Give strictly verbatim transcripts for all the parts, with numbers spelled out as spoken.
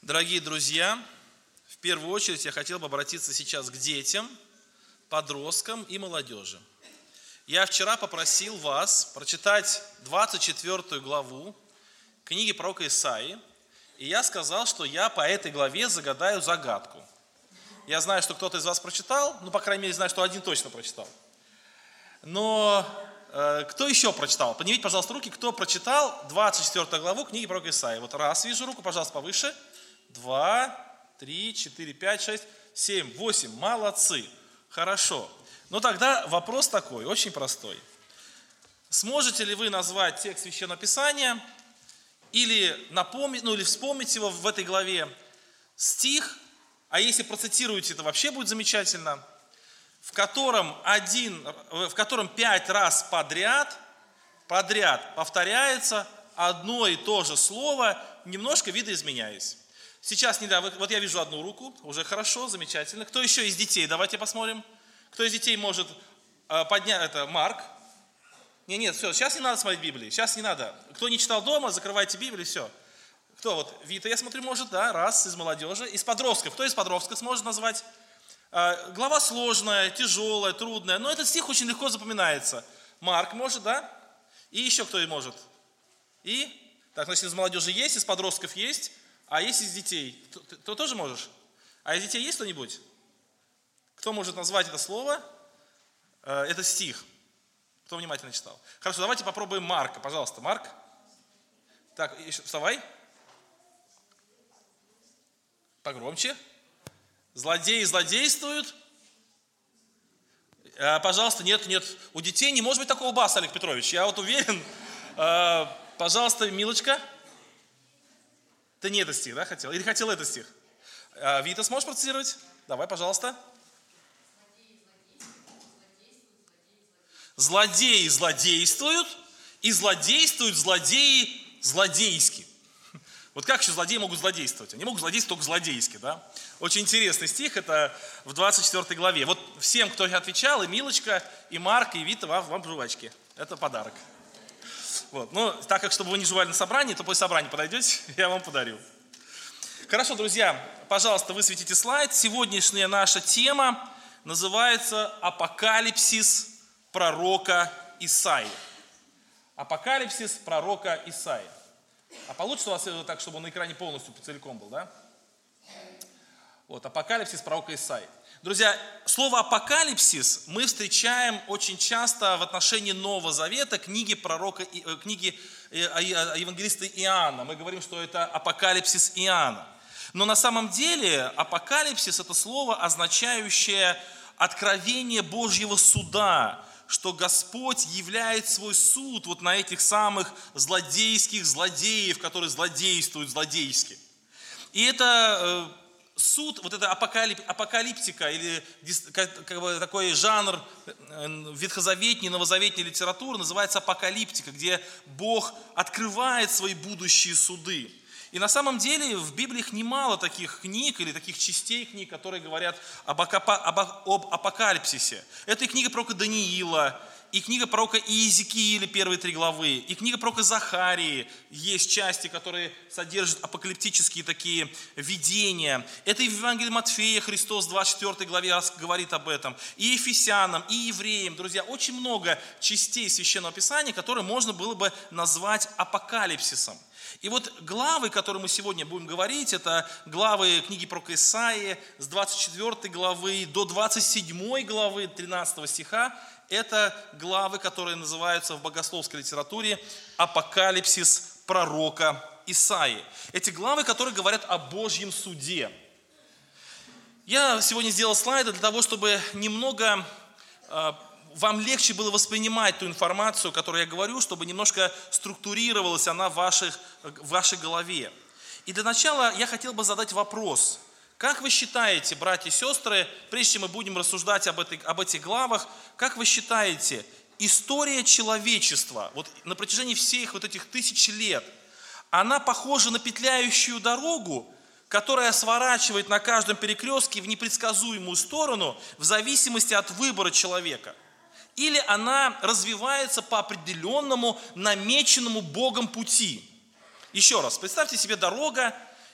Дорогие друзья, в первую очередь я хотел бы обратиться сейчас к детям, подросткам и молодежи. Я вчера попросил вас прочитать двадцать четвёртую главу книги пророка Исаии, и я сказал, что я по этой главе загадаю загадку. Я знаю, что кто-то из вас прочитал, ну, по крайней мере, знаю, что один точно прочитал. Но э, кто еще прочитал? Поднимите, пожалуйста, руки, кто прочитал двадцать четвёртую главу книги пророка Исаии. Вот раз, вижу руку, пожалуйста, повыше. Два, три, четыре, пять, шесть, семь, восемь. Молодцы. Хорошо. Ну тогда вопрос такой, очень простой. Сможете ли вы назвать текст Священного Писания или напомнить, ну или вспомнить его в этой главе, стих, а если процитируете, это вообще будет замечательно, в котором один, в котором пять раз подряд, подряд повторяется одно и то же слово, немножко видоизменяясь. Сейчас не да, вот я вижу одну руку, уже хорошо, замечательно. Кто еще из детей? Давайте посмотрим. Кто из детей может э, поднять, это Марк. Не, нет, все, сейчас не надо смотреть Библию, сейчас не надо. Кто не читал дома, закрывайте Библию, все. Кто вот, Вита, я смотрю, может, да, раз, из молодежи. Из подростков, кто из подростков сможет назвать? Э, глава сложная, тяжелая, трудная, но этот стих очень легко запоминается. Марк может, да? И еще кто может? И? Так, значит, из молодежи есть, из подростков есть. А есть из детей? Ты, ты, ты тоже можешь? А из детей есть кто-нибудь? Кто может назвать это слово? Э, это стих. Кто внимательно читал? Хорошо, давайте попробуем Марка. Пожалуйста, Марк. Так, еще, вставай. Погромче. Злодеи злодействуют. Э, пожалуйста, нет, нет. У детей не может быть такого баса, Олег Петрович. Я вот уверен. Э, пожалуйста, Милочка. Ты не этот стих, да, хотел? Или хотел этот стих? А, Вита, сможешь процитировать? Давай, пожалуйста. Злодеи злодействуют, и злодействуют злодеи злодейски. Вот как еще злодеи могут злодействовать? Они могут злодействовать только злодейски, да? Очень интересный стих, это в двадцать четвёртой главе. Вот всем, кто отвечал, и Милочка, и Марк, и Вита, вам, вам жвачки. Это подарок. Вот. Но так как, чтобы вы не жевали на собрании, то после собрания подойдете, я вам подарю. Хорошо, друзья, пожалуйста, высветите слайд. Сегодняшняя наша тема называется «Апокалипсис пророка Исаии». Апокалипсис пророка Исаии. А получится у вас это так, чтобы он на экране полностью целиком был, да? Вот, апокалипсис пророка Исаии. Друзья, слово «апокалипсис» мы встречаем очень часто в отношении Нового Завета, книги пророка, книги евангелиста Иоанна. Мы говорим, что это апокалипсис Иоанна. Но на самом деле апокалипсис – это слово, означающее откровение Божьего суда, что Господь являет свой суд вот на этих самых злодейских злодеев, которые злодействуют злодейски. И это суд, вот эта апокалип, апокалиптика, или как, как бы такой жанр ветхозаветней, новозаветней литературы называется апокалиптика, где Бог открывает свои будущие суды. И на самом деле в Библии немало таких книг или таких частей книг, которые говорят об, об, об апокалипсисе. Это и книга пророка Даниила, и книга пророка Иезекииля, первые три главы, и книга пророка Захарии. Есть части, которые содержат апокалиптические такие видения. Это и в Евангелии Матфея Христос в двадцать четвёртой главе говорит об этом. И Ефесянам, и евреям. Друзья, очень много частей Священного Писания, которые можно было бы назвать апокалипсисом. И вот главы, которые мы сегодня будем говорить, это главы книги пророка Исаии с двадцать четвёртой главы до двадцать седьмой главы тринадцатого стиха. Это главы, которые называются в богословской литературе «Апокалипсис пророка Исаии». Эти главы, которые говорят о Божьем суде. Я сегодня сделал слайды для того, чтобы немного э, вам легче было воспринимать ту информацию, которую я говорю, чтобы немножко структурировалась она в, ваших, в вашей голове. И для начала я хотел бы задать вопрос. Как вы считаете, братья и сестры, прежде чем мы будем рассуждать об, этой, об этих главах, как вы считаете, история человечества, вот на протяжении всех вот этих тысяч лет, она похожа на петляющую дорогу, которая сворачивает на каждом перекрестке в непредсказуемую сторону в зависимости от выбора человека? Или она развивается по определенному намеченному Богом пути? Еще раз, представьте себе дорога,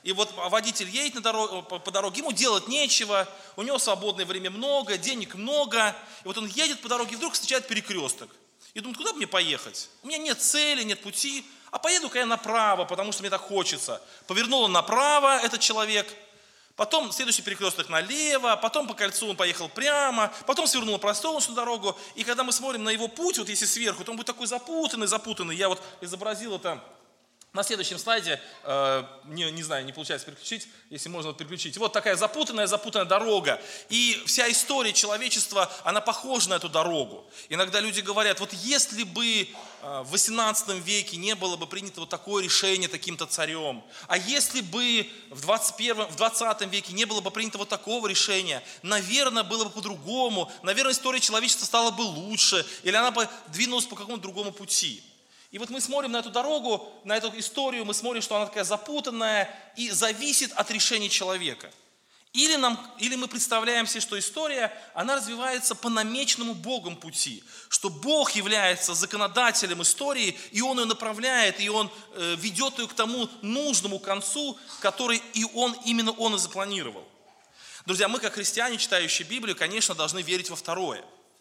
И вот водитель едет на дорогу, по дороге, ему делать нечего, у него свободное время много, денег много. И вот он едет по дороге, и вдруг встречает перекресток. И думает, куда мне поехать? У меня нет цели, нет пути, а поеду-ка я направо, потому что мне так хочется. Повернул он направо, этот человек, потом следующий перекресток налево, потом по кольцу он поехал прямо, потом свернул на проселочную дорогу. И когда мы смотрим на его путь, вот если сверху, то он будет такой запутанный, запутанный. Я вот изобразил это на следующем слайде, э, не, не знаю, не получается переключить, если можно переключить. Вот такая запутанная, запутанная дорога. И вся история человечества, она похожа на эту дорогу. Иногда люди говорят, вот если бы э, в восемнадцатом веке не было бы принято вот такое решение таким-то царем, а если бы в двадцать первом, в двадцатом веке не было бы принято вот такого решения, наверное, было бы по-другому, наверное, история человечества стала бы лучше, или она бы двинулась по какому-то другому пути. И вот мы смотрим на эту дорогу, на эту историю, мы смотрим, что она такая запутанная и зависит от решения человека. Или, нам, или мы представляем себе, что история, она развивается по намеченному Богом пути, что Бог является законодателем истории, и Он ее направляет, и Он э, ведет ее к тому нужному концу, который и Он, именно Он и запланировал. Друзья, мы как христиане, читающие Библию, конечно, должны верить во второе.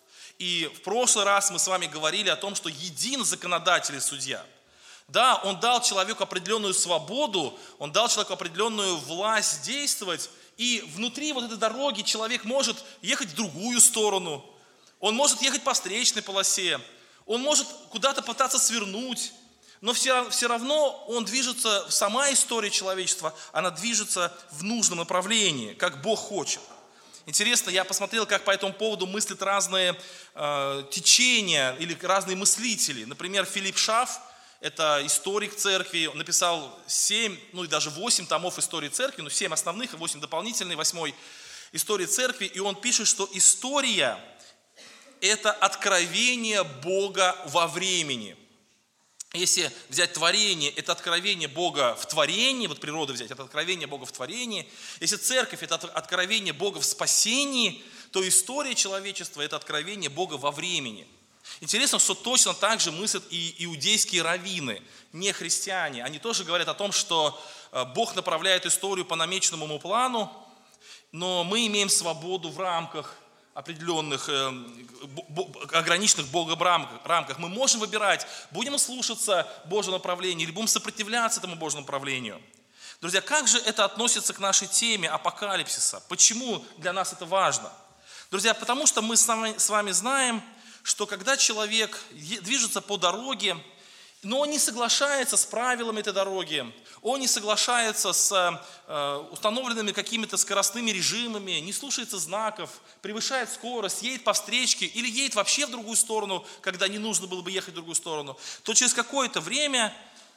И в прошлый раз мы с вами говорили о том, что един законодатель и судья. Да, он дал человеку определенную свободу, он дал человеку определенную власть действовать, и внутри вот этой дороги человек может ехать в другую сторону, он может ехать по встречной полосе, он может куда-то пытаться свернуть, но все, все равно он движется, сама история человечества, она движется в нужном направлении, как Бог хочет. Интересно, я посмотрел, как по этому поводу мыслят разные э, течения или разные мыслители. Например, Филипп Шаф, это историк церкви, он написал семь, ну и даже восемь томов истории церкви, ну семь основных и восемь дополнительных, восьмой истории церкви. И он пишет, что история – это откровение Бога во времени. Если взять творение, это откровение Бога в творении, вот природу взять, это откровение Бога в творении. Если церковь – это откровение Бога в спасении, то история человечества – это откровение Бога во времени. Интересно, что точно так же мыслят и иудейские раввины, не христиане. Они тоже говорят о том, что Бог направляет историю по намеченному плану, но мы имеем свободу в рамках определенных, э, ограниченных Богом рамках. Мы можем выбирать, будем мы слушаться Божьего направления или будем сопротивляться этому Божьему направлению. Друзья, как же это относится к нашей теме апокалипсиса? Почему для нас это важно? Друзья, потому что мы с вами, с вами знаем, что когда человек движется по дороге, но он не соглашается с правилами этой дороги, он не соглашается с э, установленными какими-то скоростными режимами, не слушается знаков, превышает скорость, едет по встречке или едет вообще в другую сторону, когда не нужно было бы ехать в другую сторону, то через какое-то время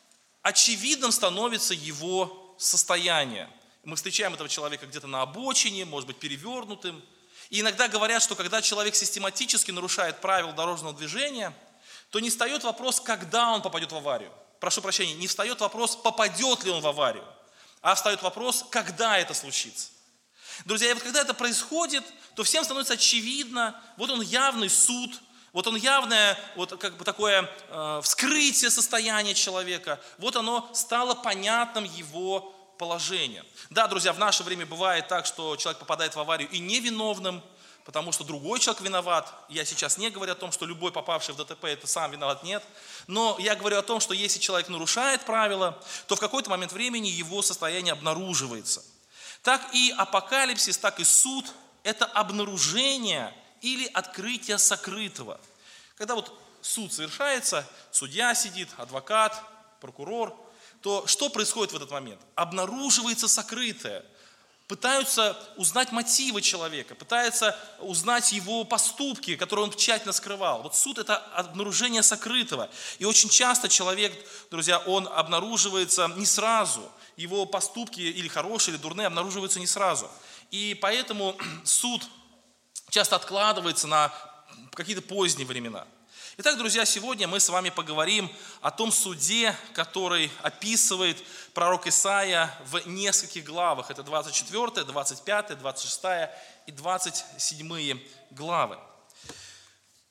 очевидным становится его состояние. Мы встречаем этого человека где-то на обочине, может быть, перевернутым. И иногда говорят, что когда человек систематически нарушает правила дорожного движения, то не встает вопрос, когда он попадет в аварию. Прошу прощения, не встает вопрос, попадет ли он в аварию, а встает вопрос, когда это случится. Друзья, и вот когда это происходит, то всем становится очевидно, вот он явный суд, вот он явное вот как бы такое э, вскрытие состояния человека, вот оно стало понятным его положение. Да, друзья, в наше время бывает так, что человек попадает в аварию и невиновным, потому что другой человек виноват. Я сейчас не говорю о том, что любой попавший в ДТП это сам виноват, нет. Но я говорю о том, что если человек нарушает правила, то в какой-то момент времени его состояние обнаруживается. Так и апокалипсис, так и суд – это обнаружение или открытие сокрытого. Когда вот суд совершается, судья сидит, адвокат, прокурор, то что происходит в этот момент? Обнаруживается сокрытое. Пытаются узнать мотивы человека, пытаются узнать его поступки, которые он тщательно скрывал. Вот суд – это обнаружение сокрытого. И очень часто человек, друзья, он обнаруживается не сразу. Его поступки, или хорошие, или дурные, обнаруживаются не сразу. И поэтому суд часто откладывается на какие-то поздние времена. Итак, друзья, сегодня мы с вами поговорим о том суде, который описывает пророк Исаия в нескольких главах. Это двадцать четвёртая, двадцать пятая, двадцать шестая и двадцать седьмая главы.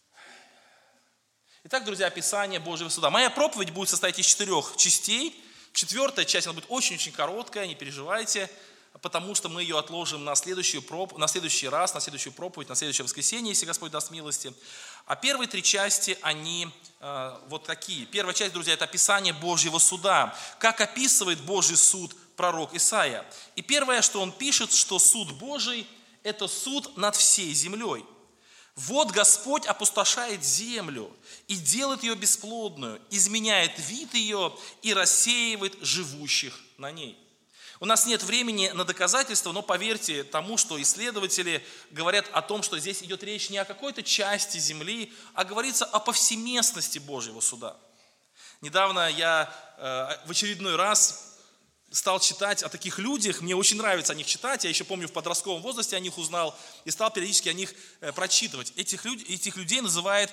Итак, друзья, описание Божьего суда. Моя проповедь будет состоять из четырех частей. Четвертая часть, она будет очень-очень короткая, не переживайте, потому что мы ее отложим на, следующую проп... на следующий раз, на следующую проповедь, на следующее воскресенье, если Господь даст милости. А первые три части, они э, вот такие. Первая часть, друзья, это описание Божьего суда. Как описывает Божий суд пророк Исаия. И первое, что он пишет, что суд Божий – это суд над всей землей. Вот Господь опустошает землю и делает ее бесплодную, изменяет вид ее и рассеивает живущих на ней. У нас нет времени на доказательства, но поверьте тому, что исследователи говорят о том, что здесь идет речь не о какой-то части земли, а говорится о повсеместности Божьего суда. Недавно я э, в очередной раз стал читать о таких людях, мне очень нравится о них читать, я еще помню в подростковом возрасте о них узнал и стал периодически о них прочитывать. Этих, люд, этих людей называют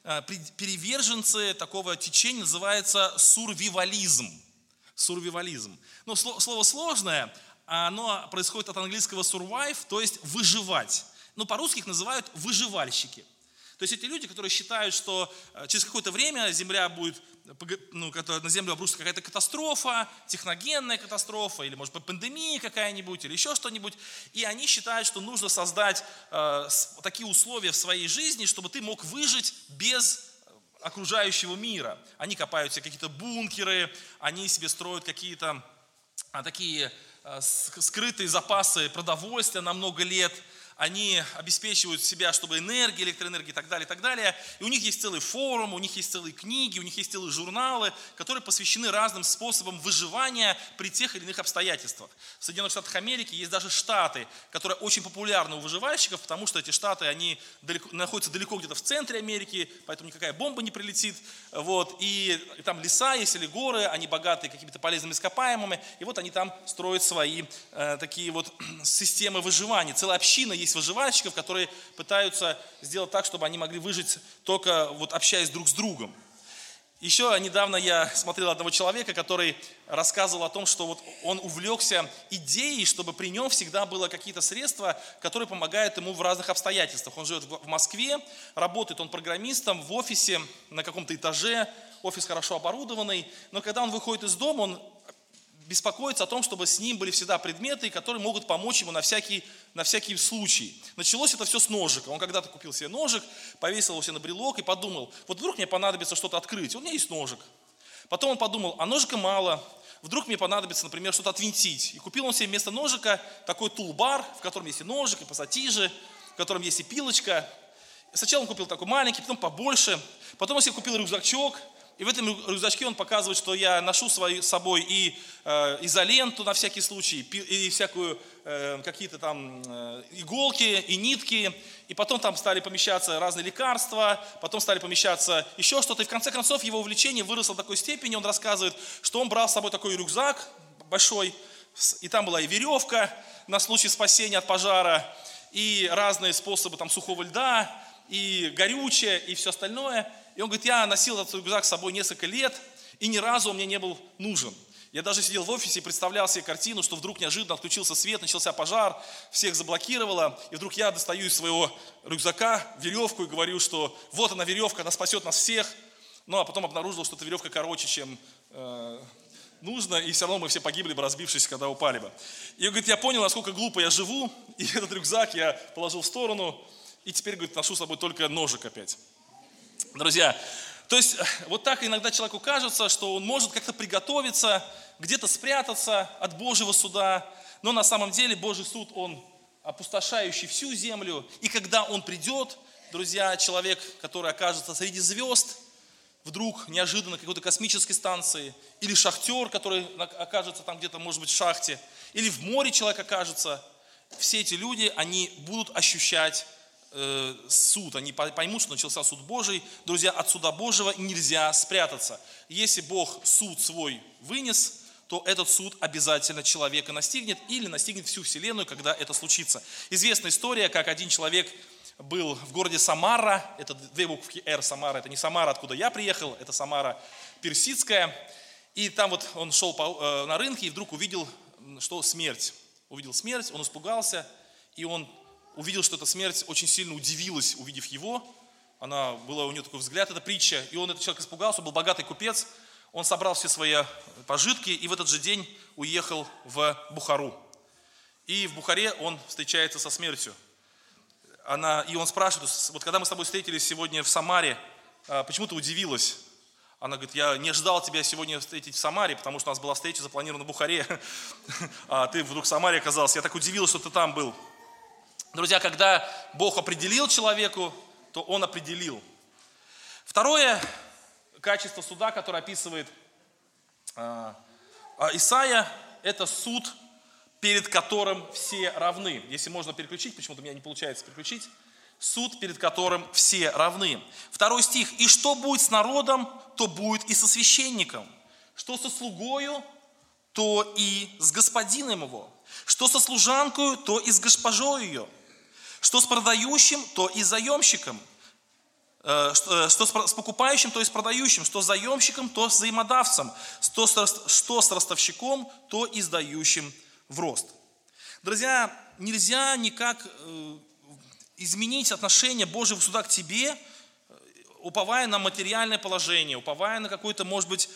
переверженцы такого течения, называется сурвивализм. Сурвивализм. Ну, слово сложное, оно происходит от английского survive, то есть выживать. Ну, по-русски их называют выживальщики. То есть эти люди, которые считают, что через какое-то время земля будет, ну, на землю обрушится какая-то катастрофа, техногенная катастрофа, или, может быть, пандемия какая-нибудь, или еще что-нибудь, и они считают, что нужно создать э, такие условия в своей жизни, чтобы ты мог выжить без окружающего мира. Они копают себе какие-то бункеры, они себе строят какие-то а, такие а, скрытые запасы продовольствия на много лет. Они обеспечивают себя, чтобы энергия, электроэнергия и так далее, и так далее. И у них есть целый форум, у них есть целые книги, у них есть целые журналы, которые посвящены разным способам выживания при тех или иных обстоятельствах. В Соединенных Штатах Америки есть даже штаты, которые очень популярны у выживальщиков, потому что эти штаты, они далеко, находятся далеко где-то в центре Америки, поэтому никакая бомба не прилетит. Вот. И, и там леса есть или горы, они богаты какими-то полезными ископаемыми, и вот они там строят свои э, такие вот системы выживания. Целая община есть. Есть выживальщиков, которые пытаются сделать так, чтобы они могли выжить только вот общаясь друг с другом. Еще недавно я смотрел одного человека, который рассказывал о том, что вот он увлекся идеей, чтобы при нем всегда было какие-то средства, которые помогают ему в разных обстоятельствах. Он живет в Москве, работает он программистом в офисе на каком-то этаже, офис хорошо оборудованный, но когда он выходит из дома, он беспокоиться о том, чтобы с ним были всегда предметы, которые могут помочь ему на всякий, на всякий случай. Началось это все с ножика. Он когда-то купил себе ножик, повесил его себе на брелок и подумал, вот вдруг мне понадобится что-то открыть, вот у меня есть ножик. Потом он подумал, а ножика мало, вдруг мне понадобится, например, что-то отвинтить. И купил он себе вместо ножика такой тулбар, в котором есть и ножик, и пассатижи, в котором есть и пилочка. Сначала он купил такой маленький, потом побольше, потом он себе купил рюкзачок. И в этом рюкзачке он показывает, что я ношу с собой и э, изоленту на всякий случай, и всякую э, какие-то там э, иголки и нитки. И потом там стали помещаться разные лекарства, потом стали помещаться еще что-то. И в конце концов его увлечение выросло до такой степени, он рассказывает, что он брал с собой такой рюкзак большой, и там была и веревка на случай спасения от пожара, и разные способы там сухого льда, и горючее, и все остальное. И он говорит, я носил этот рюкзак с собой несколько лет, и ни разу он мне не был нужен. Я даже сидел в офисе и представлял себе картину, что вдруг неожиданно отключился свет, начался пожар, всех заблокировало, и вдруг я достаю из своего рюкзака веревку и говорю, что вот она веревка, она спасет нас всех. Ну, а потом обнаружил, что эта веревка короче, чем э, нужно, и все равно мы все погибли бы, разбившись, когда упали бы. И он говорит, я понял, насколько глупо я живу, и этот рюкзак я положил в сторону, и теперь, говорит, ношу с собой только ножик опять. Друзья, то есть вот так иногда человеку кажется, что он может как-то приготовиться, где-то спрятаться от Божьего суда, но на самом деле Божий суд, он опустошающий всю землю, и когда он придет, друзья, человек, который окажется среди звезд, вдруг неожиданно какой-то космической станции, или шахтер, который окажется там где-то, может быть, в шахте, или в море человек окажется, все эти люди, они будут ощущать суд, они поймут, что начался суд Божий. Друзья, от суда Божьего нельзя спрятаться. Если Бог суд свой вынес, то этот суд обязательно человека настигнет или настигнет всю вселенную, когда это случится. Известная история, как один человек был в городе Самара, это две буквы Р, Самара, это не Самара, откуда я приехал, это Самара персидская. И там вот он шел по, на рынке и вдруг увидел, что смерть. Увидел смерть, он испугался, и он увидел, что эта смерть очень сильно удивилась, увидев его. Она была у нее такой взгляд, эта притча. И он, этот человек, испугался, был богатый купец. он собрал все свои пожитки и в этот же день уехал в Бухару. И в Бухаре он встречается со смертью. Она, и он спрашивает, вот когда мы с тобой встретились сегодня в Самаре, почему ты удивилась? Она говорит, я не ожидал тебя сегодня встретить в Самаре, потому что у нас была встреча запланирована в Бухаре, а ты вдруг в Самаре оказался. Я так удивилась, что ты там был. Друзья, когда Бог определил человеку, то Он определил. Второе качество суда, которое описывает э, Исаия, это суд, перед которым все равны. Если можно переключить, почему-то у меня не получается переключить. Суд, перед которым все равны. Второй стих. «И что будет с народом, то будет и со священником. Что со слугою, то и с господином его. Что со служанкою, то и с госпожою ее. Что с продающим, то и с заемщиком. Что с покупающим, то и с продающим. Что с заемщиком, то с взаимодавцем. Что с ростовщиком, то и с дающим в рост». Друзья, нельзя никак изменить отношение Божьего суда к тебе, уповая на материальное положение, уповая на какую-то, может быть,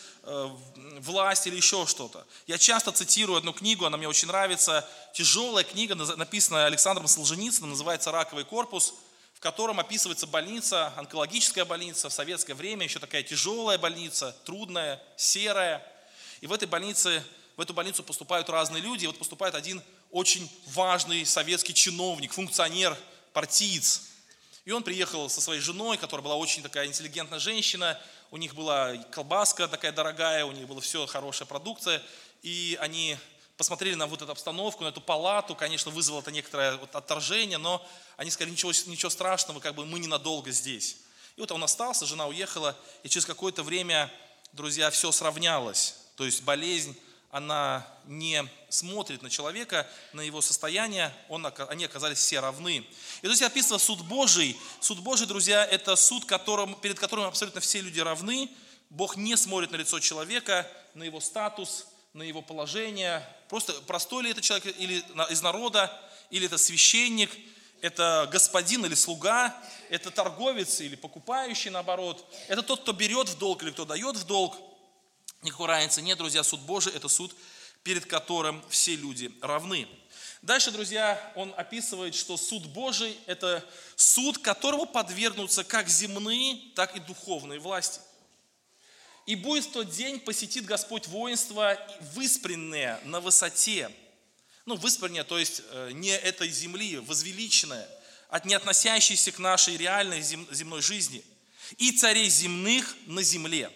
власть или еще что-то. Я часто цитирую одну книгу, она мне очень нравится, тяжелая книга, написанная Александром Солженицыным, называется «Раковый корпус», в котором описывается больница, онкологическая больница в советское время, еще такая тяжелая больница, трудная, серая. И в этой больнице, в эту больницу поступают разные люди, и вот поступает один очень важный советский чиновник, функционер, партиец. И он приехал со своей женой, которая была очень такая интеллигентная женщина. У них была колбаска такая дорогая, у них была все хорошая продукция. И они посмотрели на вот эту обстановку, на эту палату. Конечно, вызвало это некоторое вот отторжение, но они сказали, ничего, ничего страшного, как бы мы ненадолго здесь. И вот он остался, жена уехала, и через какое-то время, друзья, все сравнялось. То есть болезнь, она не смотрит на человека, на его состояние, он, они оказались все равны. И здесь описано суд Божий. Суд Божий, друзья, это суд, которым, перед которым абсолютно все люди равны. Бог не смотрит на лицо человека, на его статус, на его положение. Просто простой ли это человек или из народа, или это священник, это господин или слуга, это торговец или покупающий, наоборот. Это тот, кто берет в долг или кто дает в долг. Никакой разницы нет, друзья, суд Божий – это суд, перед которым все люди равны. Дальше, друзья, он описывает, что суд Божий – это суд, которому подвергнутся как земные, так и духовные власти. «И будет в тот день посетит Господь воинство, выспреннее на высоте». Ну, выспреннее, то есть не этой земли, возвеличенное, от не относящейся к нашей реальной земной жизни. «И царей земных на земле.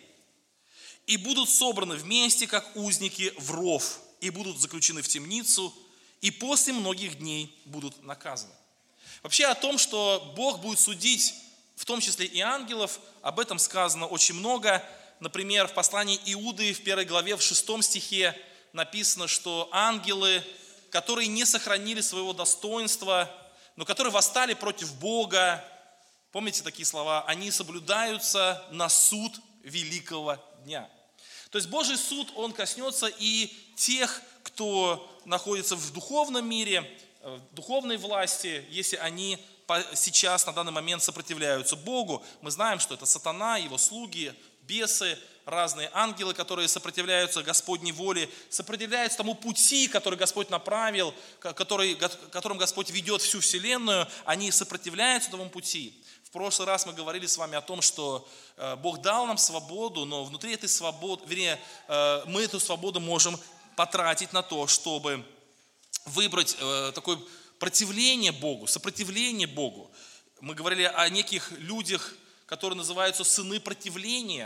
И будут собраны вместе, как узники, в ров, и будут заключены в темницу, и после многих дней будут наказаны». Вообще о том, что Бог будет судить, в том числе и ангелов, об этом сказано очень много. Например, в послании Иуды в первой главе, в шестом стихе написано, что ангелы, которые не сохранили своего достоинства, но которые восстали против Бога, помните такие слова, они соблюдаются на суд великого дня. То есть Божий суд, он коснется и тех, кто находится в духовном мире, в духовной власти, если они сейчас, на данный момент, сопротивляются Богу. Мы знаем, что это сатана, его слуги, бесы, разные ангелы, которые сопротивляются Господней воле, сопротивляются тому пути, который Господь направил, который, которым Господь ведет всю вселенную, они сопротивляются этому пути. В прошлый раз мы говорили с вами о том, что Бог дал нам свободу, но внутри этой свободы, вернее, мы эту свободу можем потратить на то, чтобы выбрать такое противление Богу, сопротивление Богу. Мы говорили о неких людях, которые называются сыны противления.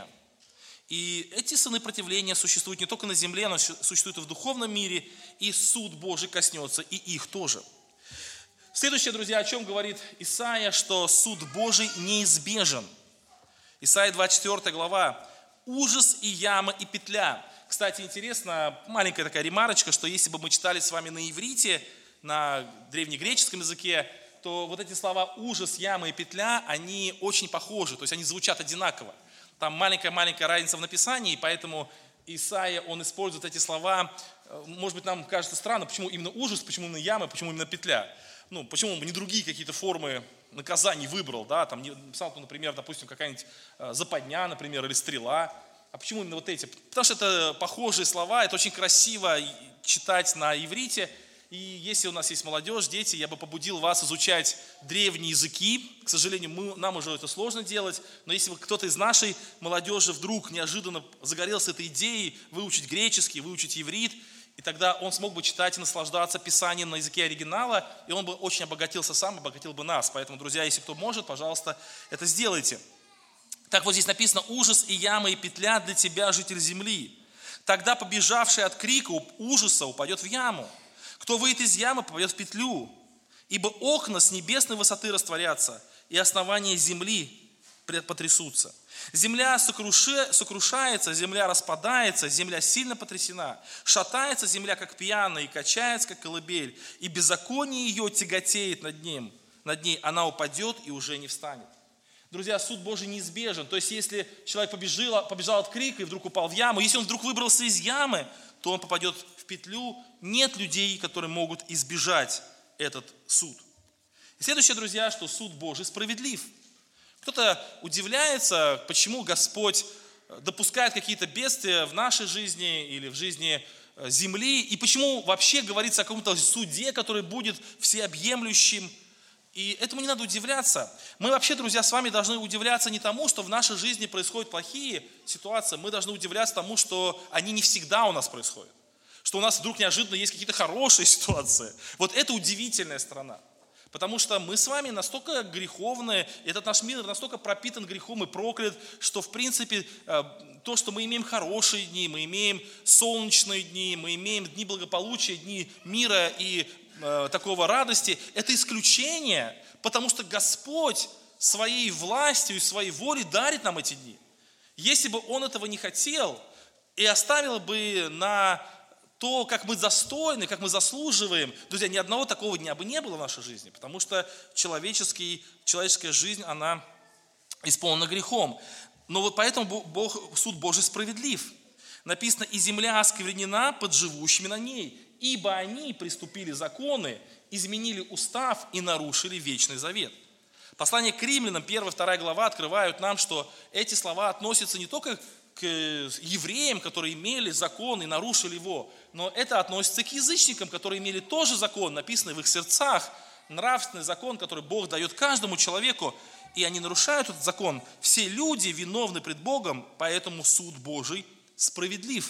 И эти сыны противления существуют не только на земле, но существуют и в духовном мире, и суд Божий коснется и их тоже. Следующее, друзья, о чем говорит Исаия, что суд Божий неизбежен. Исаия двадцать четвёртая глава. «Ужас и яма и петля». Кстати, интересно, маленькая такая ремарочка, что если бы мы читали с вами на иврите, на древнегреческом языке, то вот эти слова «ужас, яма и петля», они очень похожи, то есть они звучат одинаково. Там маленькая-маленькая разница в написании, и поэтому Исаия, он использует эти слова. Может быть, нам кажется странно, почему именно ужас, почему именно яма, почему именно петля. Ну, почему он бы не другие какие-то формы наказаний выбрал, да, там написал, например, допустим, какая-нибудь западня, например, или стрела. А почему именно вот эти? Потому что это похожие слова, это очень красиво читать на иврите. И если у нас есть молодежь, дети, я бы побудил вас изучать древние языки. К сожалению, мы, нам уже это сложно делать. Но если кто-то из нашей молодежи вдруг неожиданно загорелся этой идеей выучить греческий, выучить иврит, и тогда он смог бы читать и наслаждаться Писанием на языке оригинала, и он бы очень обогатился сам, обогатил бы нас. Поэтому, друзья, если кто может, пожалуйста, это сделайте. Так вот здесь написано: «Ужас и яма и петля для тебя, житель земли. Тогда побежавший от крика ужаса упадет в яму. Кто выйдет из ямы, попадет в петлю. Ибо окна с небесной высоты растворятся, и основания земли потрясутся. Земля сокруши, сокрушается, земля распадается, земля сильно потрясена. Шатается земля, как пьяная, и качается, как колыбель. И беззаконие ее тяготеет над, ним, над ней. Она упадет и уже не встанет». Друзья, суд Божий неизбежен. То есть, если человек побежал, побежал от крика и вдруг упал в яму, если он вдруг выбрался из ямы, то он попадет в петлю. Нет людей, которые могут избежать этот суд. И следующее, друзья, что суд Божий справедлив. Кто-то удивляется, почему Господь допускает какие-то бедствия в нашей жизни или в жизни земли, и почему вообще говорится о каком-то суде, который будет всеобъемлющим. И этому не надо удивляться. Мы вообще, друзья, с вами должны удивляться не тому, что в нашей жизни происходят плохие ситуации. Мы должны удивляться тому, что они не всегда у нас происходят. Что у нас вдруг неожиданно есть какие-то хорошие ситуации. Вот это удивительная сторона. Потому что мы с вами настолько греховные, этот наш мир настолько пропитан грехом и проклят, что в принципе то, что мы имеем хорошие дни, мы имеем солнечные дни, мы имеем дни благополучия, дни мира и э, такого радости, это исключение, потому что Господь своей властью и своей волей дарит нам эти дни. Если бы Он этого не хотел и оставил бы на то, как мы достойны, как мы заслуживаем, друзья, ни одного такого дня бы не было в нашей жизни, потому что человеческий, человеческая жизнь, она исполнена грехом. Но вот поэтому Бог, суд Божий справедлив. Написано: «И земля осквернена под живущими на ней, ибо они приступили законы, изменили устав и нарушили вечный завет». Послание к римлянам, первая, вторая глава, открывают нам, что эти слова относятся не только к евреям, которые имели закон и нарушили его, но это относится к язычникам, которые имели тоже закон, написанный в их сердцах, нравственный закон, который Бог дает каждому человеку, и они нарушают этот закон. Все люди виновны пред Богом, поэтому суд Божий справедлив.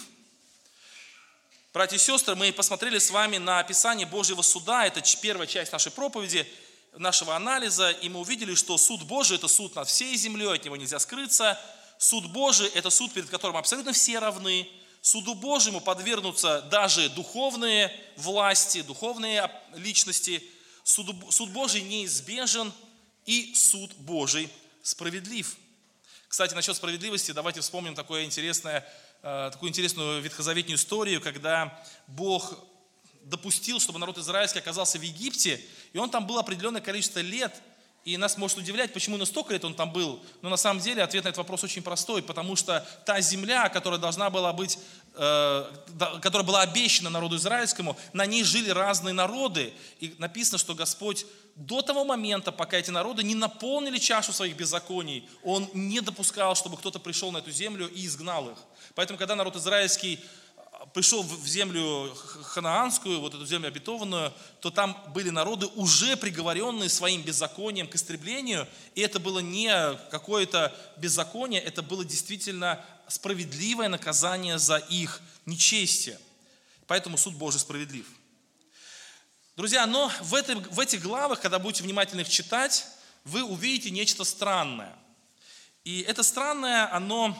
Братья и сестры, мы посмотрели с вами на описание Божьего суда, это первая часть нашей проповеди, нашего анализа, и мы увидели, что суд Божий – это суд над всей землей, от него нельзя скрыться. Суд Божий – это суд, перед которым абсолютно все равны. Суду Божьему подвергнутся даже духовные власти, духовные личности. Суд, суд Божий неизбежен, и суд Божий справедлив. Кстати, насчет справедливости давайте вспомним такое интересное, такую интересную ветхозаветную историю, когда Бог допустил, чтобы народ израильский оказался в Египте, и он там был определенное количество лет. И нас может удивлять, почему на столько лет он там был. Но на самом деле ответ на этот вопрос очень простой, потому что та земля, которая должна была быть, э, которая была обещана народу израильскому, на ней жили разные народы. И написано, что Господь до того момента, пока эти народы не наполнили чашу своих беззаконий, Он не допускал, чтобы кто-то пришел на эту землю и изгнал их. Поэтому, когда народ израильский пришел в землю ханаанскую, вот эту землю обетованную, то там были народы, уже приговоренные своим беззаконием к истреблению, и это было не какое-то беззаконие, это было действительно справедливое наказание за их нечестие. Поэтому суд Божий справедлив. Друзья, но в, этой, в этих главах, когда будете внимательно их читать, вы увидите нечто странное. И это странное, оно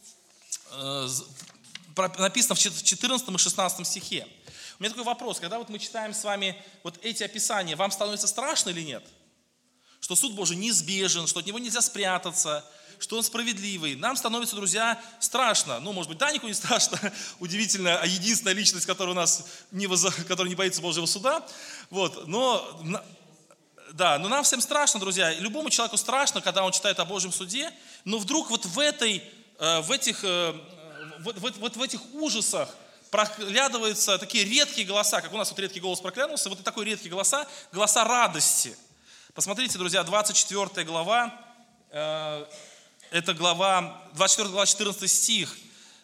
э, написано в четырнадцатом и шестнадцатом стихе. У меня такой вопрос, когда вот мы читаем с вами вот эти описания, вам становится страшно или нет? Что суд Божий неизбежен, что от него нельзя спрятаться, что он справедливый. Нам становится, друзья, страшно. Ну, может быть, Данику не страшно, удивительно, а единственная личность, которая у нас не, воз... которая не боится Божьего суда. Вот, но, да, но нам всем страшно, друзья. Любому человеку страшно, когда он читает о Божьем суде, но вдруг вот в, этой, в этих... Вот, вот, вот в этих ужасах проглядываются такие редкие голоса, как у нас вот редкий голос проглянулся, вот и такой редкие голоса, голоса радости. Посмотрите, друзья, двадцать четвёртая глава, э, это глава, двадцать четвёртая глава, четырнадцатый стих.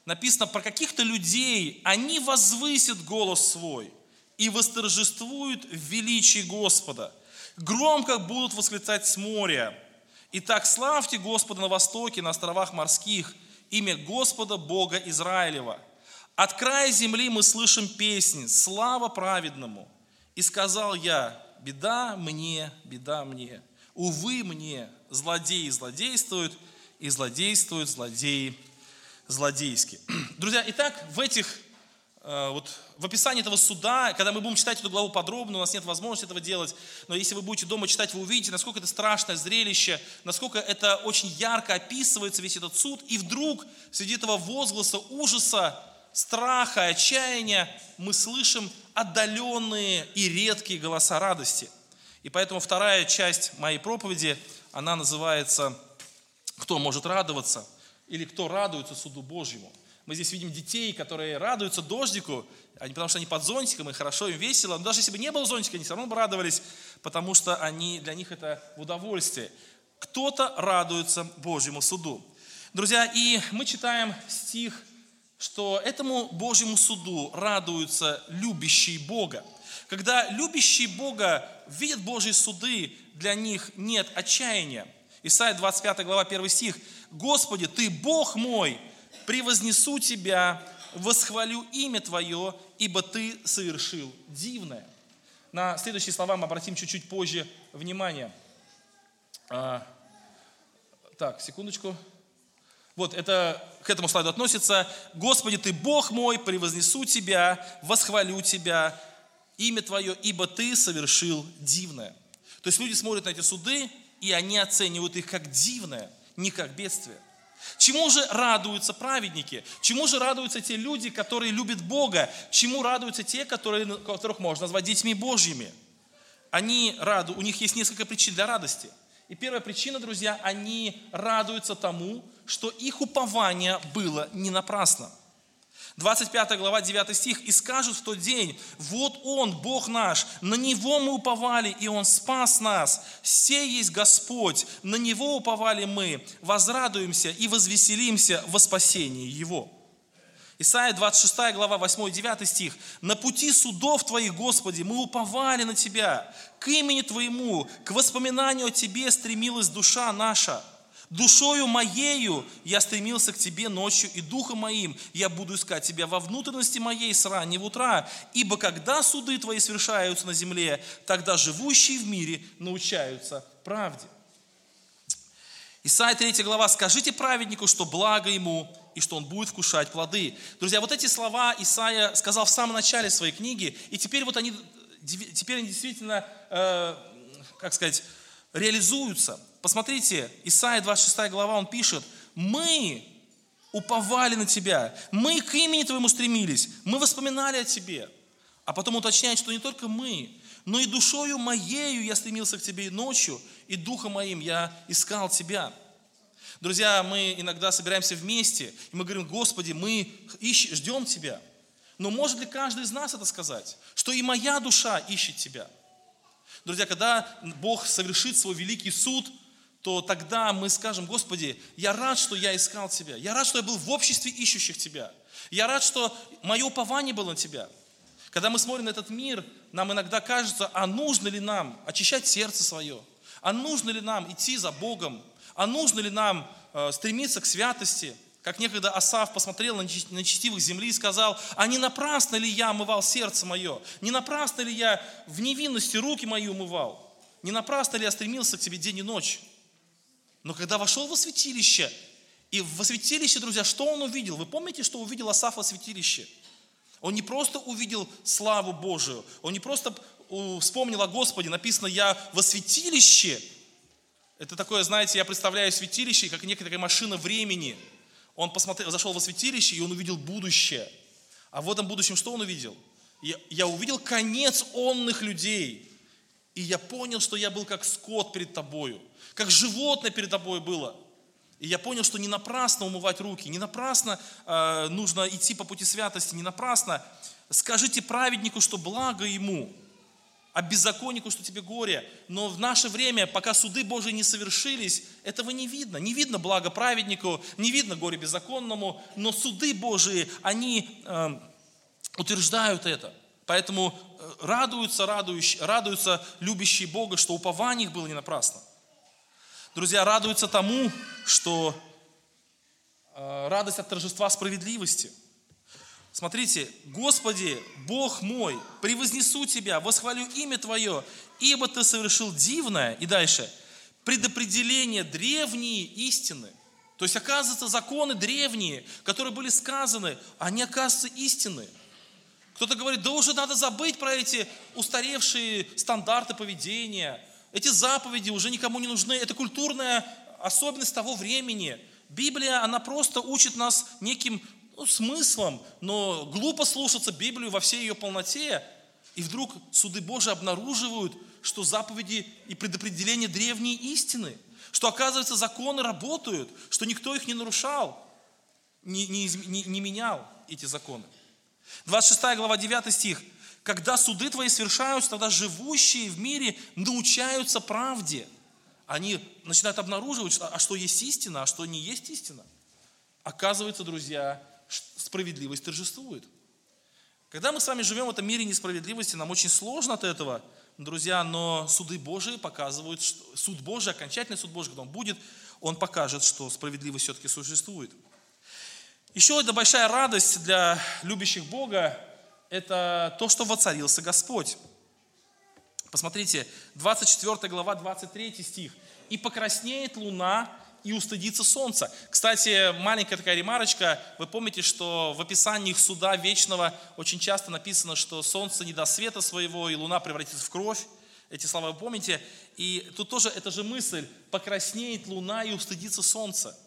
написано про каких-то людей, они возвысят голос свой и восторжествуют в величии Господа. Громко будут восклицать с моря. Итак, славьте Господа на востоке, на островах морских, имя Господа Бога Израилева. От края земли мы слышим песни, слава праведному. И сказал я, беда мне, беда мне, увы мне, злодеи злодействуют, и злодействуют злодеи злодейски. Друзья, итак, в этих, э, вот, в описании этого суда, когда мы будем читать эту главу подробно, у нас нет возможности этого делать, но если вы будете дома читать, вы увидите, насколько это страшное зрелище, насколько это очень ярко описывается весь этот суд, и вдруг среди этого возгласа ужаса, страха, отчаяния мы слышим отдаленные и редкие голоса радости. И поэтому вторая часть моей проповеди, она называется «Кто может радоваться?» или «Кто радуется суду Божьему?». Мы здесь видим детей, которые радуются дождику, потому что они под зонтиком, и хорошо, им весело. Но даже если бы не было зонтика, они все равно бы радовались, потому что они, для них это в удовольствие. Кто-то радуется Божьему суду. Друзья, и мы читаем стих, что этому Божьему суду радуются любящие Бога. Когда любящие Бога видят Божьи суды, для них нет отчаяния. Исайя двадцать пятая глава, первый стих. «Господи, Ты Бог мой, превознесу Тебя, восхвалю имя Твое, ибо Ты совершил дивное». На следующие слова мы обратим чуть-чуть позже внимание. А, так, секундочку. Вот это к этому слайду относится. «Господи, Ты Бог мой, превознесу Тебя, восхвалю Тебя, имя Твое, ибо Ты совершил дивное». То есть люди смотрят на эти суды, и они оценивают их как дивное, не как бедствие. Чему же радуются праведники? Чему же радуются те люди, которые любят Бога? Чему радуются те, которые, которых можно назвать детьми Божьими? Они раду, у них есть несколько причин для радости. И первая причина, друзья, они радуются тому, что их упование было не напрасно. двадцать пятая глава, девятый стих. «И скажут в тот день, вот Он, Бог наш, на Него мы уповали, и Он спас нас. Сей есть Господь, на Него уповали мы, возрадуемся и возвеселимся во спасении Его». Исайя двадцать шестая глава, восьмой-девятый стих. «На пути судов Твоих, Господи, мы уповали на Тебя, к имени Твоему, к воспоминанию о Тебе стремилась душа наша. Душою моею я стремился к Тебе ночью, и духом моим я буду искать Тебя во внутренности моей с раннего утра. Ибо когда суды Твои совершаются на земле, тогда живущие в мире научаются правде». Исайя третья глава. «Скажите праведнику, что благо ему, и что он будет вкушать плоды». Друзья, вот эти слова Исайя сказал в самом начале своей книги, и теперь вот они, теперь они действительно, э, как сказать, реализуются. Посмотрите, Исайя двадцать шестая глава, он пишет: «Мы уповали на Тебя, мы к имени Твоему стремились, мы воспоминали о Тебе». А потом уточняет, что не только мы, но и душою моею я стремился к Тебе и ночью, и духом моим я искал Тебя. Друзья, мы иногда собираемся вместе, и мы говорим: Господи, мы ищем, ждем Тебя. Но может ли каждый из нас это сказать, что и моя душа ищет Тебя? Друзья, когда Бог совершит свой великий суд, то тогда мы скажем: Господи, я рад, что я искал Тебя. Я рад, что я был в обществе ищущих Тебя. Я рад, что мое упование было на Тебя. Когда мы смотрим на этот мир, нам иногда кажется, а нужно ли нам очищать сердце свое? А нужно ли нам идти за Богом? А нужно ли нам э, стремиться к святости? Как некогда Асав посмотрел на нечестивых земли и сказал: а не напрасно ли я омывал сердце мое? Не напрасно ли я в невинности руки мои умывал? Не напрасно ли я стремился к Тебе день и ночь? Но когда вошел во святилище, и во святилище, друзья, что он увидел? Вы помните, что увидел Асав во святилище? Он не просто увидел славу Божию, он не просто вспомнил о Господе. Написано: я во святилище. Это такое, знаете, я представляю святилище, как некая такая машина времени. Он посмотрел, зашел во святилище, и он увидел будущее. А в этом будущем что он увидел? Я, я увидел конец онных людей. И я понял, что я был как скот перед тобою, как животное перед тобой было. И я понял, что не напрасно умывать руки, не напрасно э, нужно идти по пути святости, не напрасно. Скажите праведнику, что благо ему. а беззаконнику, что тебе горе. Но в наше время, пока суды Божии не совершились, этого не видно. Не видно благо праведнику, не видно горе беззаконному, но суды Божии, они э, утверждают это. Поэтому радуются, радующие, радуются любящие Бога, что упование их было не напрасно. Друзья, радуются тому, что э, радость от торжества справедливости. Смотрите, Господи, Бог мой, превознесу Тебя, восхвалю имя Твое, ибо Ты совершил дивное, и дальше, предопределение древние истины. То есть, оказывается, законы древние, которые были сказаны, они, оказываются, истинны. Кто-то говорит, да уже надо забыть про эти устаревшие стандарты поведения, эти заповеди уже никому не нужны, это культурная особенность того времени. Библия, она просто учит нас неким ну, смыслом, но глупо слушаться Библию во всей ее полноте, и вдруг суды Божии обнаруживают, что заповеди и предопределения древние истины, что, оказывается, законы работают, что никто их не нарушал, не, не, не, не менял эти законы. двадцать шестая глава, девятый стих. «Когда суды твои свершаются, тогда живущие в мире научаются правде». Они начинают обнаруживать, а что есть истина, а что не есть истина. Оказывается, друзья, справедливость торжествует. Когда мы с вами живем в этом мире несправедливости, нам очень сложно от этого, друзья, но суды Божии показывают, что суд Божий, окончательный суд Божий, когда он будет, он покажет, что справедливость все-таки существует. Еще одна большая радость для любящих Бога – это то, что воцарился Господь. Посмотрите, двадцать четвёртая глава, двадцать третий стих. «И покраснеет луна, и устыдится солнце». Кстати, маленькая такая ремарочка. Вы помните, что в описании их суда вечного очень часто написано, что солнце не даст света своего, и луна превратится в кровь. Эти слова вы помните? И тут тоже эта же мысль. Покраснеет луна, и устыдится солнце.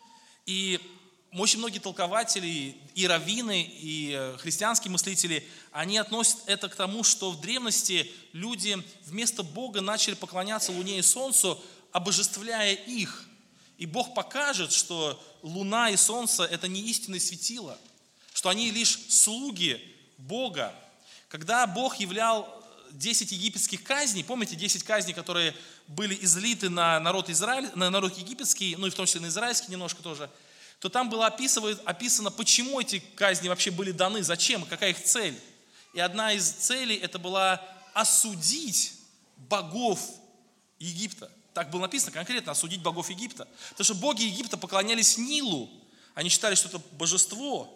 И очень многие толкователи, и раввины, и христианские мыслители, они относят это к тому, что в древности люди вместо Бога начали поклоняться луне и солнцу, обожествляя их. И Бог покажет, что луна и солнце – это не истинные светила, что они лишь слуги Бога. Когда Бог являл десять египетских казней, помните десять казней, которые были излиты на народ, Израиль, на народ египетский, ну и в том числе на израильский немножко тоже, то там было описано, почему эти казни вообще были даны, зачем, какая их цель. И одна из целей это была осудить богов Египта. Так было написано конкретно, осудить богов Египта. Потому что боги Египта поклонялись Нилу. Они считали, что это божество.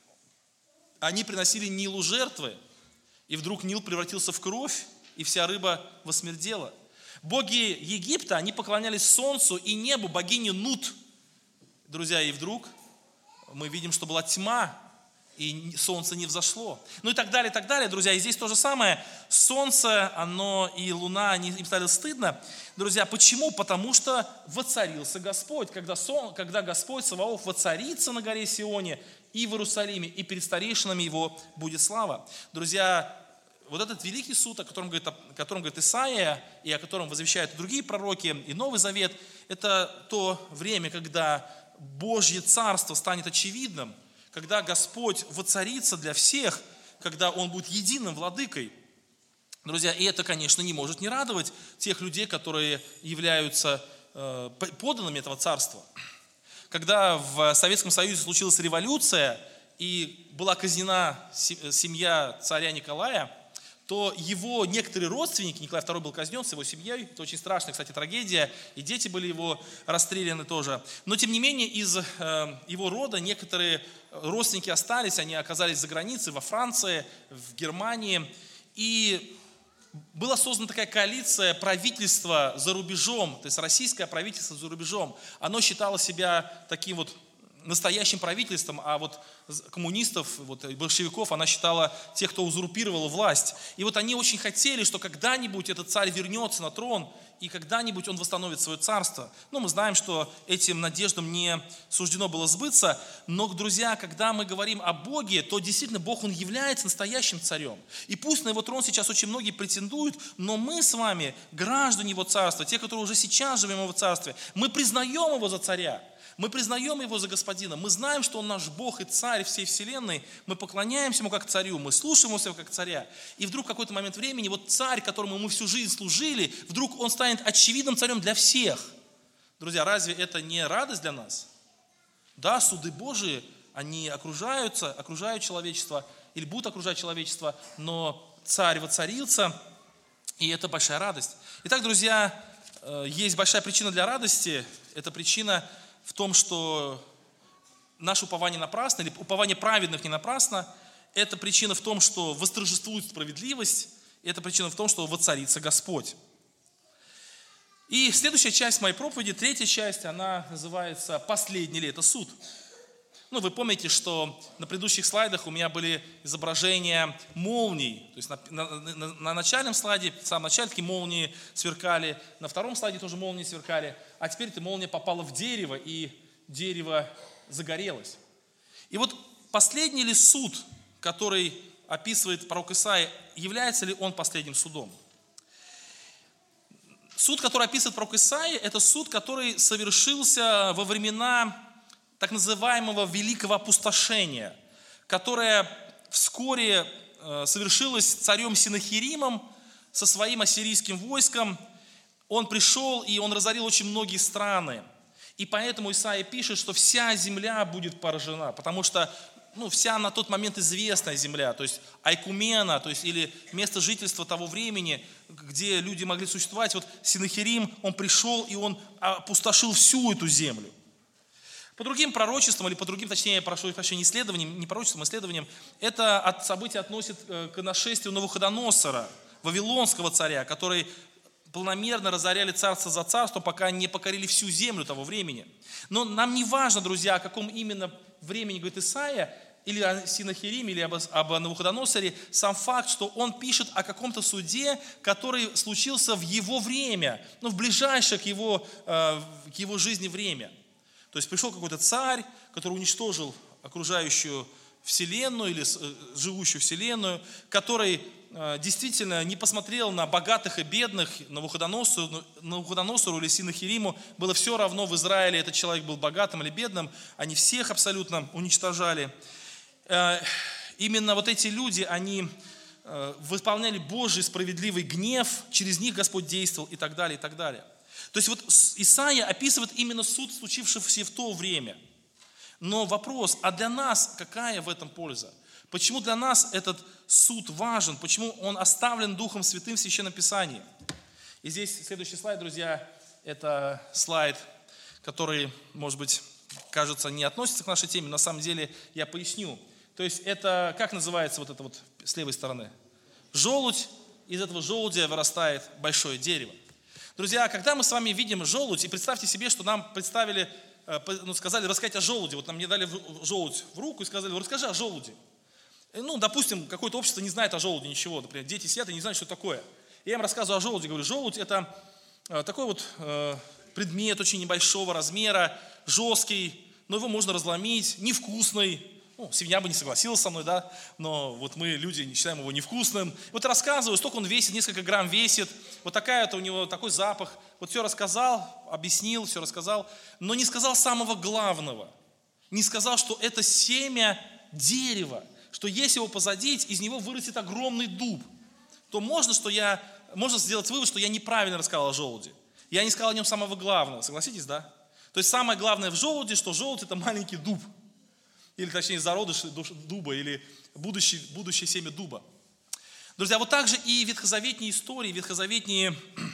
Они приносили Нилу жертвы. И вдруг Нил превратился в кровь, и вся рыба восмердела. Боги Египта, они поклонялись солнцу и небу, богине Нут. Друзья, и вдруг мы видим, что была тьма, и солнце не взошло. Ну и так далее, и так далее, друзья. И здесь то же самое. Солнце, оно и луна, они, им стало стыдно. Друзья, почему? Потому что воцарился Господь. Когда, сон, когда Господь Саваоф воцарится на горе Сионе и в Иерусалиме, и перед старейшинами его будет слава. Друзья, вот этот великий суд, о котором говорит, о котором говорит Исаия, и о котором возвещают другие пророки, и Новый Завет, это то время, когда Божье Царство станет очевидным, когда Господь воцарится для всех, когда Он будет единым владыкой. Друзья, и это, конечно, не может не радовать тех людей, которые являются э, подданными этого царства. Когда в Советском Союзе случилась революция и была казнена семья царя Николая, то его некоторые родственники, Николай второй был казнен с его семьей, это очень страшная, кстати, трагедия, и дети были его расстреляны тоже. Но, тем не менее, из э, его рода некоторые родственники остались, они оказались за границей, во Франции, в Германии, и была создана такая коалиция правительства за рубежом, то есть российское правительство за рубежом. Оно считало себя таким вот настоящим правительством, а вот коммунистов, вот, большевиков, она считала тех, кто узурпировал власть. И вот они очень хотели, что когда-нибудь этот царь вернется на трон, и когда-нибудь он восстановит свое царство. Ну, мы знаем, что этим надеждам не суждено было сбыться, но, друзья, когда мы говорим о Боге, то действительно Бог, Он является настоящим царем. И пусть на Его трон сейчас очень многие претендуют, но мы с вами, граждане Его царства, те, которые уже сейчас живем в Его царстве, мы признаем Его за царя. Мы признаем Его за Господина, мы знаем, что Он наш Бог и Царь всей вселенной, мы поклоняемся Ему как Царю, мы слушаем Его как Царя. И вдруг в какой-то момент времени вот Царь, которому мы всю жизнь служили, вдруг Он станет очевидным Царем для всех. Друзья, разве это не радость для нас? Да, суды Божии, они окружаются, окружают человечество или будут окружать человечество, но Царь воцарился, и это большая радость. Итак, друзья, есть большая причина для радости. Эта причина в том, что наше упование напрасно, или упование праведных не напрасно. Это причина в том, что восторжествует справедливость. И это причина в том, что воцарится Господь. И следующая часть моей проповеди, третья часть, она называется «Последний ли это суд?». Ну, вы помните, что на предыдущих слайдах у меня были изображения молний. То есть на, на, на, на начальном слайде, в самом начале такие молнии сверкали, на втором слайде тоже молнии сверкали, а теперь эта молния попала в дерево, и дерево загорелось. И вот последний ли суд, который описывает пророк Исаия, является ли он последним судом? Суд, который описывает пророк Исаия, это суд, который совершился во времена так называемого великого опустошения, которое вскоре совершилось царем Синахиримом со своим ассирийским войском. Он пришел, и он разорил очень многие страны. И поэтому Исаия пишет, что вся земля будет поражена, потому что ну, вся на тот момент известная земля, то есть Айкумена, то есть или место жительства того времени, где люди могли существовать. Вот Синахирим, он пришел, и он опустошил всю эту землю. По другим пророчествам, или по другим, точнее, прошу прощения, исследованиям, не пророчествам, а исследованиям, это от события относит к нашествию Навуходоносора, вавилонского царя, который планомерно разоряли царство за царством, пока не покорили всю землю того времени. Но нам не важно, друзья, о каком именно времени говорит Исаия, или о Синахириме, или об, об Навуходоносоре, сам факт, что он пишет о каком-то суде, который случился в его время, ну, в ближайшее к его, э, к его жизни время. То есть пришел какой-то царь, который уничтожил окружающую вселенную или живущую вселенную, который действительно не посмотрел на богатых и бедных, Навуходоносору, Навуходоносору или Синахириму. Было все равно в Израиле, этот человек был богатым или бедным, они всех абсолютно уничтожали. Именно вот эти люди, они выполняли Божий справедливый гнев, через них Господь действовал и так далее, и так далее. То есть вот Исаия описывает именно суд, случившийся в то время. Но вопрос, а для нас какая в этом польза? Почему для нас этот суд важен? Почему он оставлен Духом Святым в Священном Писании? И здесь следующий слайд, друзья, это слайд, который, может быть, кажется, не относится к нашей теме, но на самом деле я поясню. То есть это, как называется вот это вот с левой стороны? Желудь, из этого желудя вырастает большое дерево. Друзья, когда мы с вами видим желудь, и представьте себе, что нам представили, ну, сказали рассказать о желуде. Вот нам мне дали желудь в руку и сказали, расскажи о желуде. Ну, допустим, какое-то общество не знает о желуде ничего. Например, дети сидят и не знают, что это такое. Я им рассказываю о желуде, говорю, желудь это такой вот предмет очень небольшого размера, жесткий, но его можно разломить, невкусный. Ну, свинья бы не согласилась со мной, да, но вот мы, люди, считаем его невкусным. Вот рассказываю, столько он весит, несколько грамм весит, вот такая вот у него, такой запах. Вот все рассказал, объяснил, все рассказал, но не сказал самого главного. Не сказал, что это семя дерева, что если его посадить, из него вырастет огромный дуб. То можно, что я, можно сделать вывод, что я неправильно рассказал о желуде. Я не сказал о нем самого главного, согласитесь, да? То есть самое главное в желуде, что желудь это маленький дуб. Или точнее зародыш дуба, или будущее, будущее семя дуба. Друзья, вот так же и ветхозаветные истории, ветхозаветные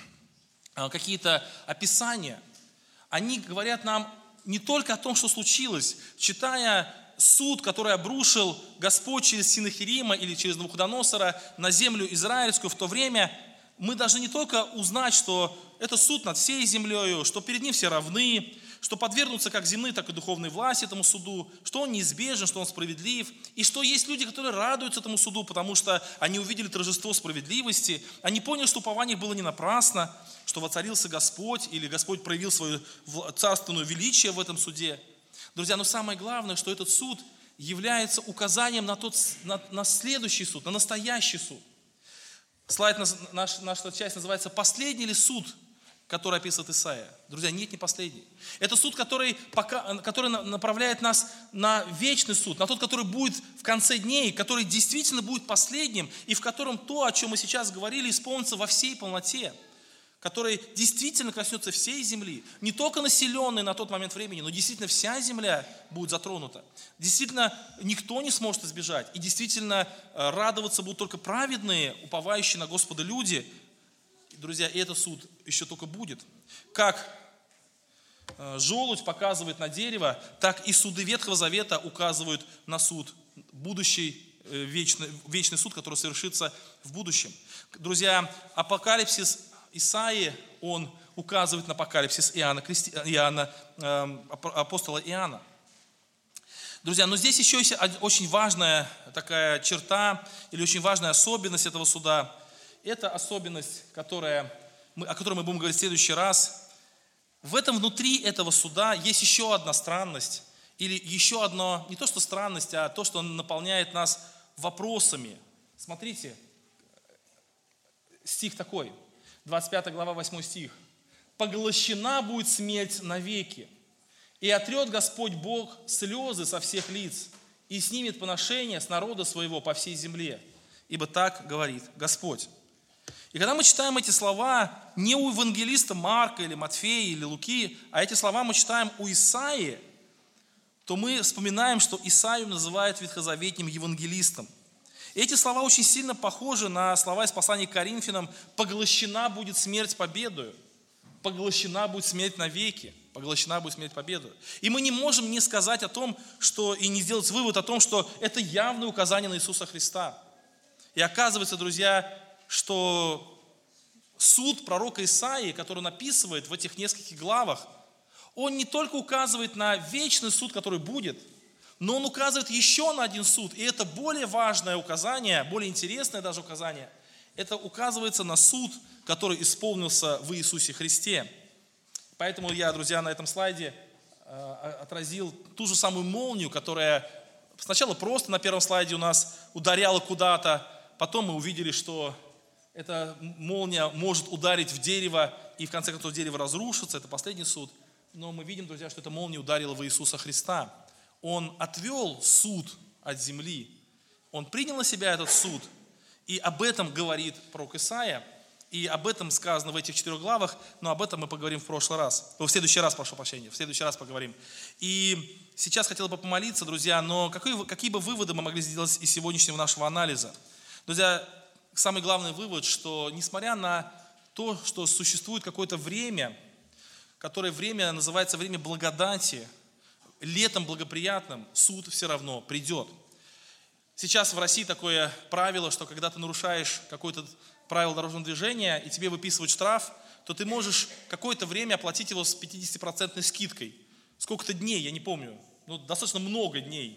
какие-то описания, они говорят нам не только о том, что случилось. Читая суд, который обрушил Господь через Синахирима или через Навуходоносора на землю израильскую в то время, мы должны не только узнать, что это суд над всей землей, что перед ним все равны, что подвергнутся как земные, так и духовные власти этому суду, что он неизбежен, что он справедлив, и что есть люди, которые радуются этому суду, потому что они увидели торжество справедливости, они поняли, что упование было не напрасно, что воцарился Господь, или Господь проявил свое царственное величие в этом суде. Друзья, но самое главное, что этот суд является указанием на, тот, на, на следующий суд, на настоящий суд. Слайд, наш, наша часть называется «Последний ли суд?», который описывает Исаия, друзья, нет, не последний. Это суд, который, пока, который направляет нас на вечный суд, на тот, который будет в конце дней, который действительно будет последним, и в котором то, о чем мы сейчас говорили, исполнится во всей полноте, который действительно коснется всей земли, не только населенной на тот момент времени, но действительно вся земля будет затронута. Действительно, никто не сможет избежать, и действительно радоваться будут только праведные, уповающие на Господа люди. Друзья, и этот суд еще только будет. Как желудь показывает на дерево, так и суды Ветхого Завета указывают на суд, будущий вечный, вечный суд, который совершится в будущем. Друзья, апокалипсис Исаии, он указывает на апокалипсис Иоанна, Иоанна апостола Иоанна. Друзья, но здесь еще есть очень важная такая черта или очень важная особенность этого суда. Это особенность, которая, о которой мы будем говорить в следующий раз. В этом, внутри этого суда есть еще одна странность, или еще одно, не то что странность, а то, что наполняет нас вопросами. Смотрите, стих такой, двадцать пятая глава, восьмой стих. «Поглощена будет смерть навеки, и отрет Господь Бог слезы со всех лиц, и снимет поношение с народа своего по всей земле, ибо так говорит Господь». И когда мы читаем эти слова не у евангелиста Марка или Матфея или Луки, а эти слова мы читаем у Исаии, то мы вспоминаем, что Исаию называют ветхозаветным евангелистом. И эти слова очень сильно похожи на слова из послания к Коринфянам: «Поглощена будет смерть победою, поглощена будет смерть навеки, поглощена будет смерть победою». И мы не можем не сказать о том, что, и не сделать вывод о том, что это явное указание на Иисуса Христа. И оказывается, друзья, что суд пророка Исаии, который он описывает в этих нескольких главах, он не только указывает на вечный суд, который будет, но он указывает еще на один суд. И это более важное указание, более интересное даже указание. Это указывается на суд, который исполнился в Иисусе Христе. Поэтому я, друзья, на этом слайде отразил ту же самую молнию, которая сначала просто на первом слайде у нас ударяла куда-то, потом мы увидели, что эта молния может ударить в дерево, и в конце концов дерево разрушится, это последний суд. Но мы видим, друзья, что эта молния ударила в Иисуса Христа. Он отвел суд от земли, он принял на себя этот суд, и об этом говорит пророк Исаия, и об этом сказано в этих четырех главах, но об этом мы поговорим в прошлый раз, в следующий раз, прошу прощения, в следующий раз поговорим. И сейчас хотел бы помолиться, друзья, но какие, какие бы выводы мы могли сделать из сегодняшнего нашего анализа? Друзья, самый главный вывод, что несмотря на то, что существует какое-то время, которое время называется время благодати, летом благоприятным, суд все равно придет. Сейчас в России такое правило, что когда ты нарушаешь какое-то правило дорожного движения и тебе выписывают штраф, то ты можешь какое-то время оплатить его с пятидесятипроцентной скидкой. Сколько-то дней, я не помню, ну, достаточно много дней.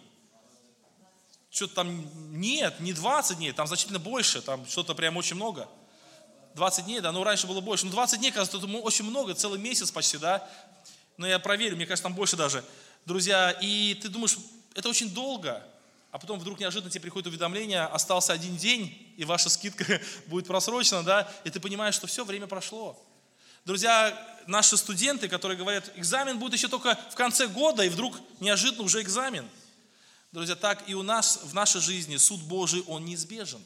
Что-то там, нет, не двадцать дней, там значительно больше, там что-то прям очень много. двадцать дней, да, ну раньше было больше. Ну двадцать дней, кажется, это очень много, целый месяц почти, да. Но я проверю, мне кажется, там больше даже. Друзья, и ты думаешь, это очень долго, а потом вдруг неожиданно тебе приходит уведомление, остался один день, и ваша скидка будет просрочена, да, и ты понимаешь, что все, время прошло. Друзья, наши студенты, которые говорят, экзамен будет еще только в конце года, и вдруг неожиданно уже экзамен. Друзья, так и у нас в нашей жизни суд Божий, он неизбежен.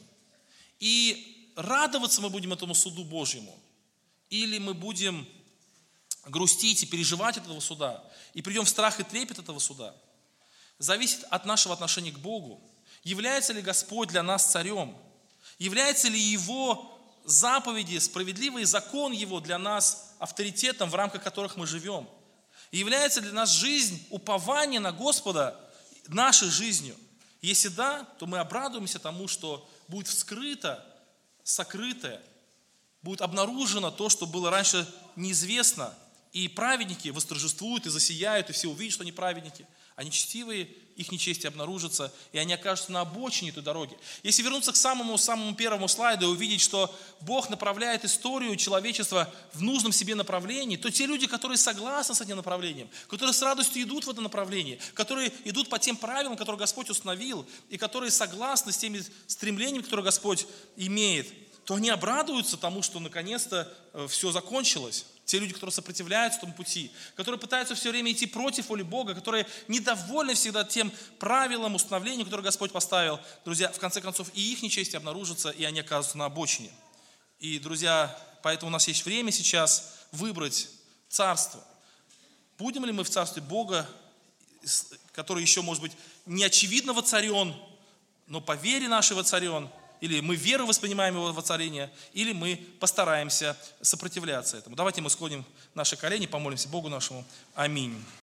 И радоваться мы будем этому суду Божьему, или мы будем грустить и переживать от этого суда, и придем в страх и трепет этого суда, зависит от нашего отношения к Богу. Является ли Господь для нас царем? Является ли Его заповеди, справедливый закон Его для нас авторитетом, в рамках которых мы живем? И является ли для нас жизнь, упование на Господа нашей жизнью? Если да, то мы обрадуемся тому, что будет вскрыто, сокрытое, будет обнаружено то, что было раньше неизвестно, и праведники восторжествуют и засияют, и все увидят, что они праведники, а нечестивые, их нечестие обнаружится, и они окажутся на обочине этой дороги. Если вернуться к самому-самому первому слайду и увидеть, что Бог направляет историю человечества в нужном себе направлении, то те люди, которые согласны с этим направлением, которые с радостью идут в это направление, которые идут по тем правилам, которые Господь установил, и которые согласны с теми стремлениями, которые Господь имеет, то они обрадуются тому, что наконец-то все закончилось. Те люди, которые сопротивляются этому пути, которые пытаются все время идти против воли Бога, которые недовольны всегда тем правилам, установлениям, которые Господь поставил, друзья, в конце концов и их нечестие обнаружится, и они окажутся на обочине. И, друзья, поэтому у нас есть время сейчас выбрать царство. Будем ли мы в царстве Бога, который еще, может быть, не очевидно воцарен, но по вере нашей воцарен, или мы веру воспринимаем его воцарение, или мы постараемся сопротивляться этому. Давайте мы склоним наши колени, помолимся Богу нашему. Аминь.